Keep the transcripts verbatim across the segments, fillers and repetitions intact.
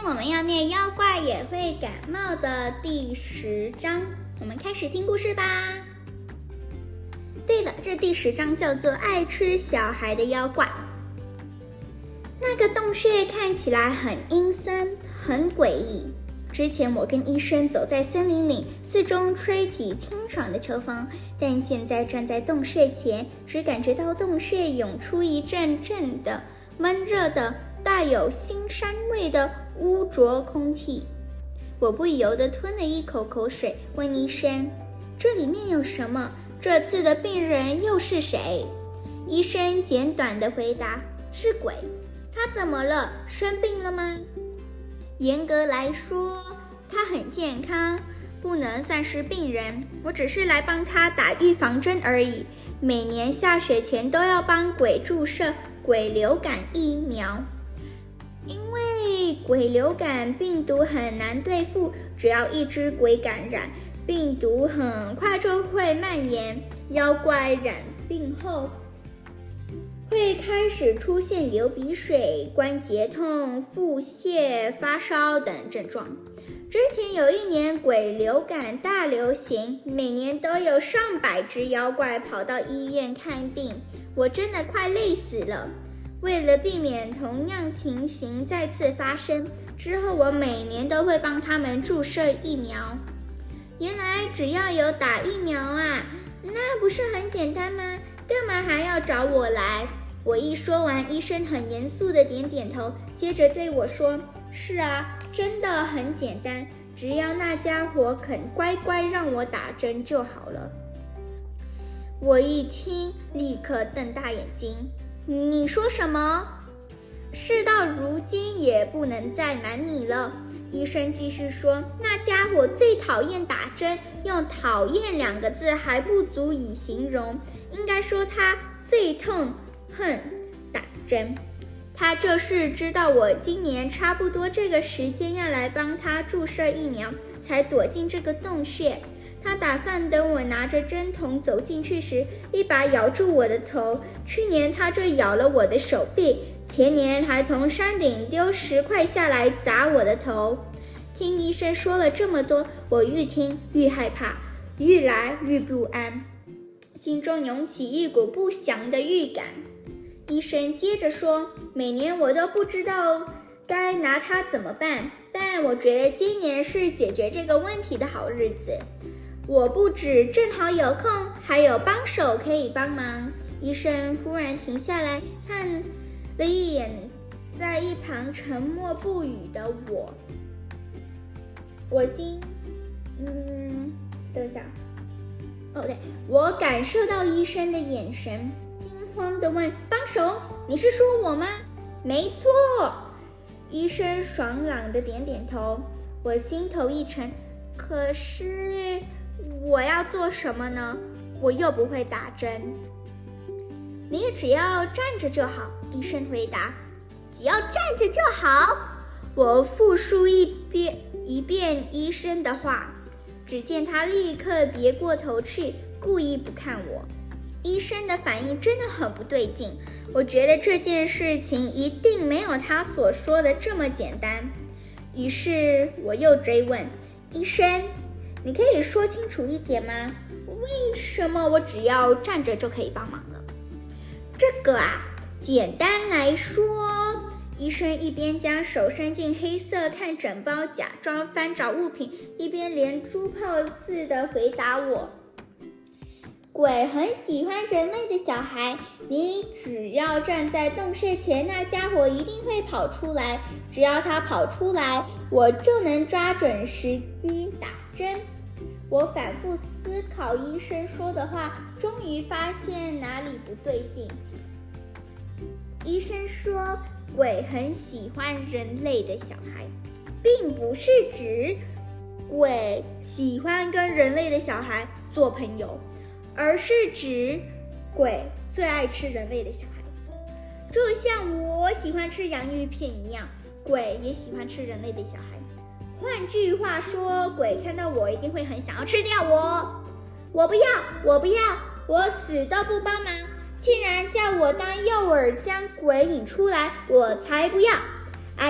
我们要念妖怪也会感冒的第十章，我们开始听故事吧。对了，这第十章叫做爱吃小孩的妖怪。那个洞穴看起来很阴森，很诡异。之前我跟医生走在森林里，四周吹起清爽的秋风，但现在站在洞穴前，只感觉到洞穴涌出一阵阵的闷热的带有腥膻味的污浊空气。我不由得吞了一口口水，问医生：“这里面有什么？这次的病人又是谁？”医生简短地回答：“是鬼。”他怎么了？生病了吗？严格来说，他很健康，不能算是病人。我只是来帮他打预防针而已。每年下雪前都要帮鬼注射鬼流感疫苗，因为鬼流感病毒很难对付，只要一只鬼感染，病毒很快就会蔓延。妖怪染病后会开始出现流鼻水、关节痛、腹泻、发烧等症状。之前有一年鬼流感大流行，每年都有上百只妖怪跑到医院看病，我真的快累死了。为了避免同样情形再次发生，之后我每年都会帮他们注射疫苗。原来只要有打疫苗啊，那不是很简单吗？干嘛还要找我来？我一说完，医生很严肃地点点头，接着对我说：“是啊，真的很简单，只要那家伙肯乖乖让我打针就好了。”我一听，立刻瞪大眼睛：“你说什么？事到如今也不能再瞒你了。”医生继续说：“那家伙最讨厌打针，用讨厌两个字还不足以形容，应该说他最痛恨打针。他就是知道我今年差不多这个时间要来帮他注射疫苗，才躲进这个洞穴。他打算等我拿着针筒走进去时，一把咬住我的头。去年他就咬了我的手臂，前年还从山顶丢石块下来砸我的头。”听医生说了这么多，我愈听愈害怕，愈来愈不安，心中涌起一股不祥的预感。医生接着说：“每年我都不知道该拿它怎么办，但我觉得今年是解决这个问题的好日子。我不止正好有空，还有帮手可以帮忙。”医生忽然停下来，看了一眼在一旁沉默不语的我。我心，嗯，等一下，哦对，我感受到医生的眼神，惊慌地问：“帮手？你是说我吗？”“没错。”医生爽朗地点点头。我心头一沉，可是我要做什么呢？我又不会打针。“你只要站着就好。”医生回答。“只要站着就好。”我复述一遍一遍医生的话，只见他立刻别过头去，故意不看我。医生的反应真的很不对劲，我觉得这件事情一定没有他所说的这么简单。于是我又追问：“医生，你可以说清楚一点吗？为什么我只要站着就可以帮忙了？”“这个啊，简单来说。”医生一边将手伸进黑色看诊包，假装翻找物品，一边连珠炮似的回答我：“鬼很喜欢人类的小孩，你只要站在洞穴前，那家伙一定会跑出来。只要他跑出来，我就能抓准时机打针。”我反复思考医生说的话，终于发现哪里不对劲。医生说鬼很喜欢人类的小孩，并不是指鬼喜欢跟人类的小孩做朋友，而是指鬼最爱吃人类的小孩。就像我喜欢吃洋芋片一样，鬼也喜欢吃人类的小孩。换句话说，鬼看到我一定会很想要吃掉我。我不要，我不要，我死都不帮忙。竟然叫我当诱饵将鬼引出来，我才不要！哎呀，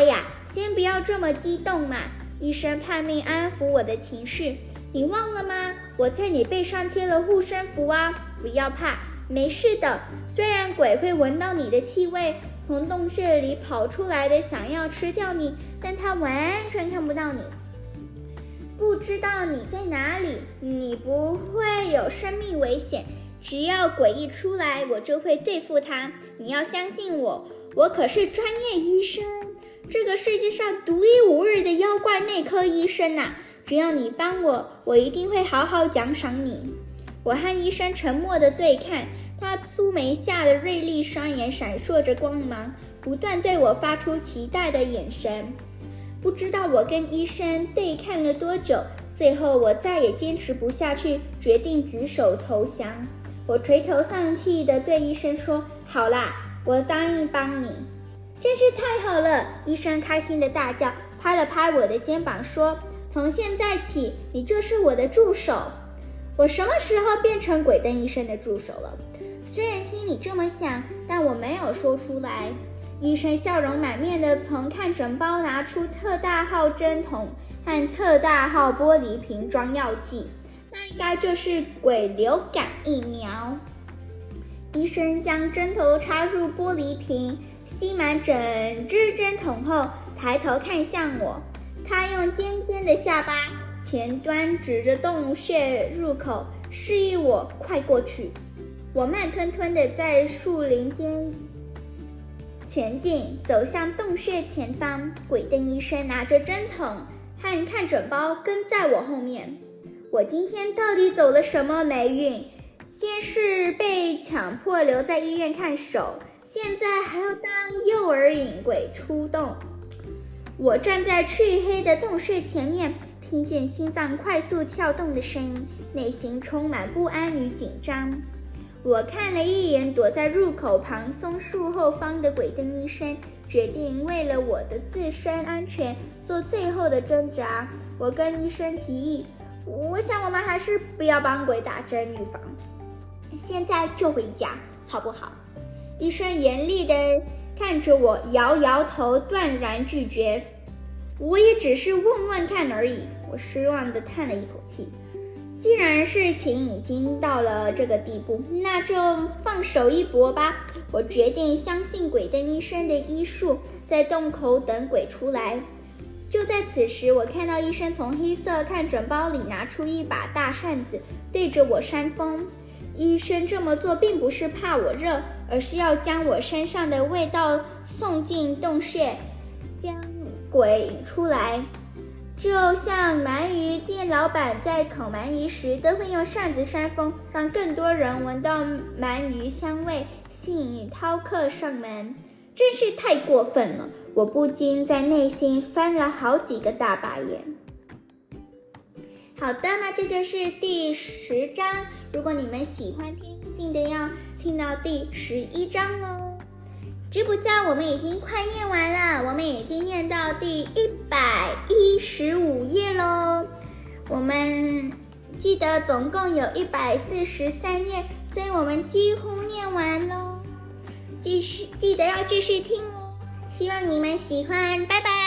先不要这么激动嘛。医生拼命安抚我的情绪。你忘了吗？我在你背上贴了护身符啊！不要怕，没事的。虽然鬼会闻到你的气味，从洞穴里跑出来的想要吃掉你，但他完全看不到你，不知道你在哪里，你不会有生命危险。只要鬼一出来，我就会对付他。你要相信我，我可是专业医生，这个世界上独一无二的妖怪内科医生啊！只要你帮我，我一定会好好奖赏你。我和医生沉默地对看，他粗眉下的锐利双眼闪烁着光芒，不断对我发出期待的眼神。不知道我跟医生对看了多久，最后我再也坚持不下去，决定举手投降。我垂头丧气地对医生说：好啦，我答应帮你。真是太好了！医生开心地大叫，拍了拍我的肩膀说：从现在起，你就是我的助手。我什么时候变成鬼灯医生的助手了？虽然心里这么想，但我没有说出来。医生笑容满面地从看诊包拿出特大号针筒和特大号玻璃瓶装药剂，那应该就是鬼流感疫苗。医生将针头插入玻璃瓶，吸满整只针筒后，抬头看向我。他用尖尖的下巴前端指着洞穴入口，示意我快过去。我慢吞吞地在树林间前进，走向洞穴前方。鬼灯医生拿着针筒和看诊包跟在我后面。我今天到底走了什么霉运？先是被强迫留在医院看守，现在还要当诱饵引鬼出动。我站在黢黑的洞穴前面，听见心脏快速跳动的声音，内心充满不安与紧张。我看了一眼躲在入口旁松树后方的鬼灯医生，决定为了我的自身安全做最后的挣扎。我跟医生提议，我想我们还是不要帮鬼打针预防，现在就回家好不好？医生严厉地看着我，摇摇头，断然拒绝。我也只是问问看而已。我失望地叹了一口气。既然事情已经到了这个地步，那就放手一搏吧。我决定相信鬼灯医生的医术，在洞口等鬼出来。就在此时，我看到医生从黑色看诊包里拿出一把大扇子，对着我扇风。医生这么做并不是怕我热，而是要将我身上的味道送进洞穴，将鬼引出来。就像鳗鱼店老板在烤鳗鱼时都会用扇子扇风，让更多人闻到鳗鱼香味，吸引饕客上门，真是太过分了。我不禁在内心翻了好几个大白眼。好的，那这就是第十章。如果你们喜欢听，记得要听到第十一章哦。知不知道我们已经快念完了？我们已经念到第一百一十五页咯。我们记得总共有一百四十三页，所以我们几乎念完咯。继续，记得要继续听哦。希望你们喜欢，拜拜。